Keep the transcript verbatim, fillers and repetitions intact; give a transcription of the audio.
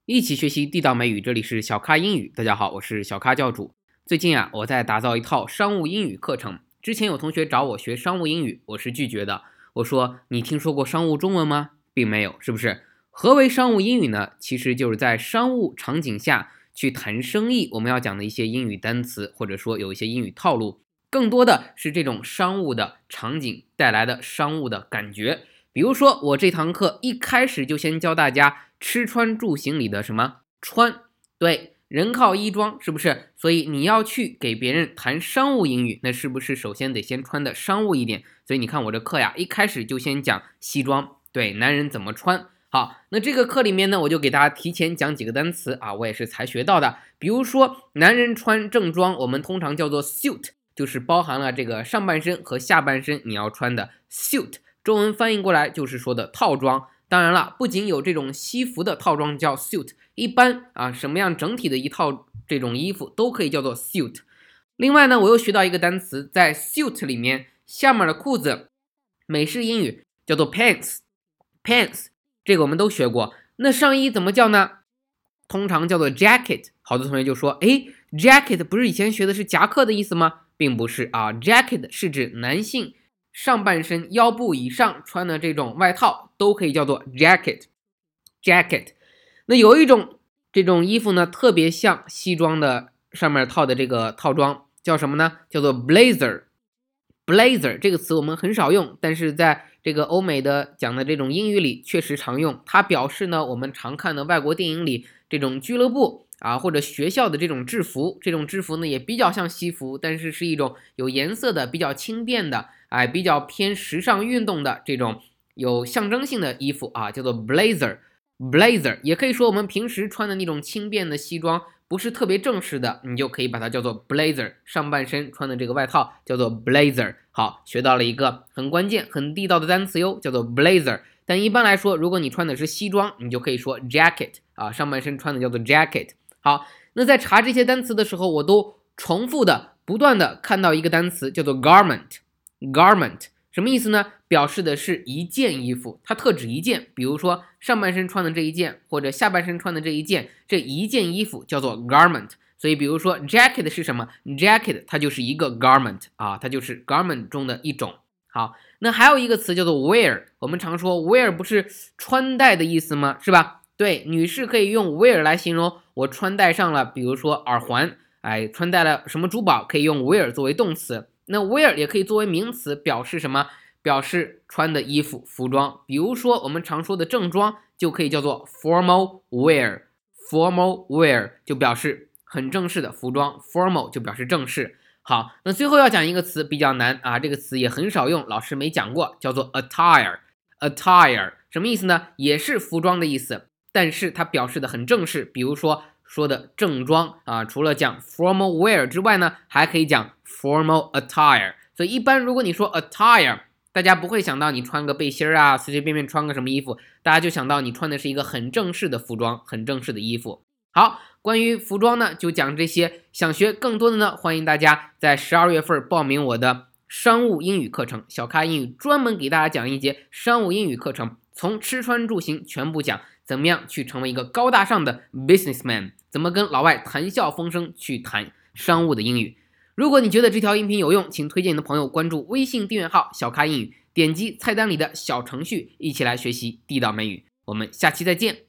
一起学习地道美语，这里是小咖英语。大家好，我是小咖教主。最近啊，我在打造一套商务英语课程。之前有同学找我学商务英语，我是拒绝的。我说，你听说过商务中文吗？并没有，是不是？何为商务英语呢？其实就是在商务场景下去谈生意，我们要讲的一些英语单词，或者说有一些英语套路，更多的是这种商务的场景带来的商务的感觉。比如说，我这堂课一开始就先教大家吃穿住行里的什么穿，对，人靠衣装，是不是？所以你要去给别人谈商务英语，那是不是首先得先穿的商务一点？所以你看我这课呀，一开始就先讲西装，对，男人怎么穿。好，那这个课里面呢，我就给大家提前讲几个单词啊，我也是才学到的。比如说，男人穿正装，我们通常叫做 suit， 就是包含了这个上半身和下半身你要穿的 suit。中文翻译过来就是说的套装。当然了，不仅有这种西服的套装叫 suit， 一般啊什么样整体的一套这种衣服都可以叫做 suit。另外呢，我又学到一个单词，在 suit 里面下面的裤子，美式英语叫做 pants， pants 这个我们都学过。那上衣怎么叫呢？通常叫做 jacket。好多同学就说，诶 jacket 不是以前学的是夹克的意思吗？并不是啊 jacket 是指男性上半身腰部以上穿的这种外套都可以叫做 jacket jacket。 那有一种这种衣服呢，特别像西装的上面套的这个套装，叫什么呢？叫做 blazer blazer 这个词我们很少用，但是在这个欧美的讲的这种英语里确实常用。它表示呢，我们常看的外国电影里这种俱乐部啊，或者学校的这种制服，这种制服呢也比较像西服，但是是一种有颜色的、比较轻便的，哎，比较偏时尚运动的这种有象征性的衣服啊，叫做 blazer blazer。 也可以说我们平时穿的那种轻便的西装，不是特别正式的，你就可以把它叫做 blazer。 上半身穿的这个外套叫做 blazer。 好，学到了一个很关键很地道的单词哟，叫做 blazer。 但一般来说，如果你穿的是西装，你就可以说 jacket 啊，上半身穿的叫做 jacket。 好，那在查这些单词的时候，我都重复的不断的看到一个单词叫做 garment garment 什么意思呢？表示的是一件衣服，它特指一件。比如说上半身穿的这一件，或者下半身穿的这一件，这一件衣服叫做 garment。 所以比如说 jacket 是什么？ jacket 它就是一个 garment 啊，它就是 garment 中的一种。好，那还有一个词叫做 wear。 我们常说 wear 不是穿戴的意思吗？是吧？对，女士可以用 wear 来形容我穿戴上了，比如说耳环，哎，穿戴了什么珠宝，可以用 wear 作为动词。那 wear 也可以作为名词，表示什么？表示穿的衣服、服装。比如说我们常说的正装就可以叫做 formal wear formal wear 就表示很正式的服装， formal 就表示正式。好，那最后要讲一个词比较难啊，这个词也很少用，老师没讲过，叫做 attire attire 什么意思呢？也是服装的意思，但是它表示的很正式。比如说说的正装啊，除了讲 formal wear 之外呢，还可以讲 formal attire。 所以一般如果你说 attire， 大家不会想到你穿个背心啊，随随便便穿个什么衣服，大家就想到你穿的是一个很正式的服装，很正式的衣服。好，关于服装呢就讲这些，想学更多的呢，欢迎大家在十二月份报名我的商务英语课程，小咖英语专门给大家讲一节商务英语课程，从吃穿住行全部讲，怎么样去成为一个高大上的 businessman， 怎么跟老外谈笑风生去谈商务的英语。如果你觉得这条音频有用，请推荐你的朋友关注微信订阅号小咖英语，点击菜单里的小程序，一起来学习地道美语。我们下期再见。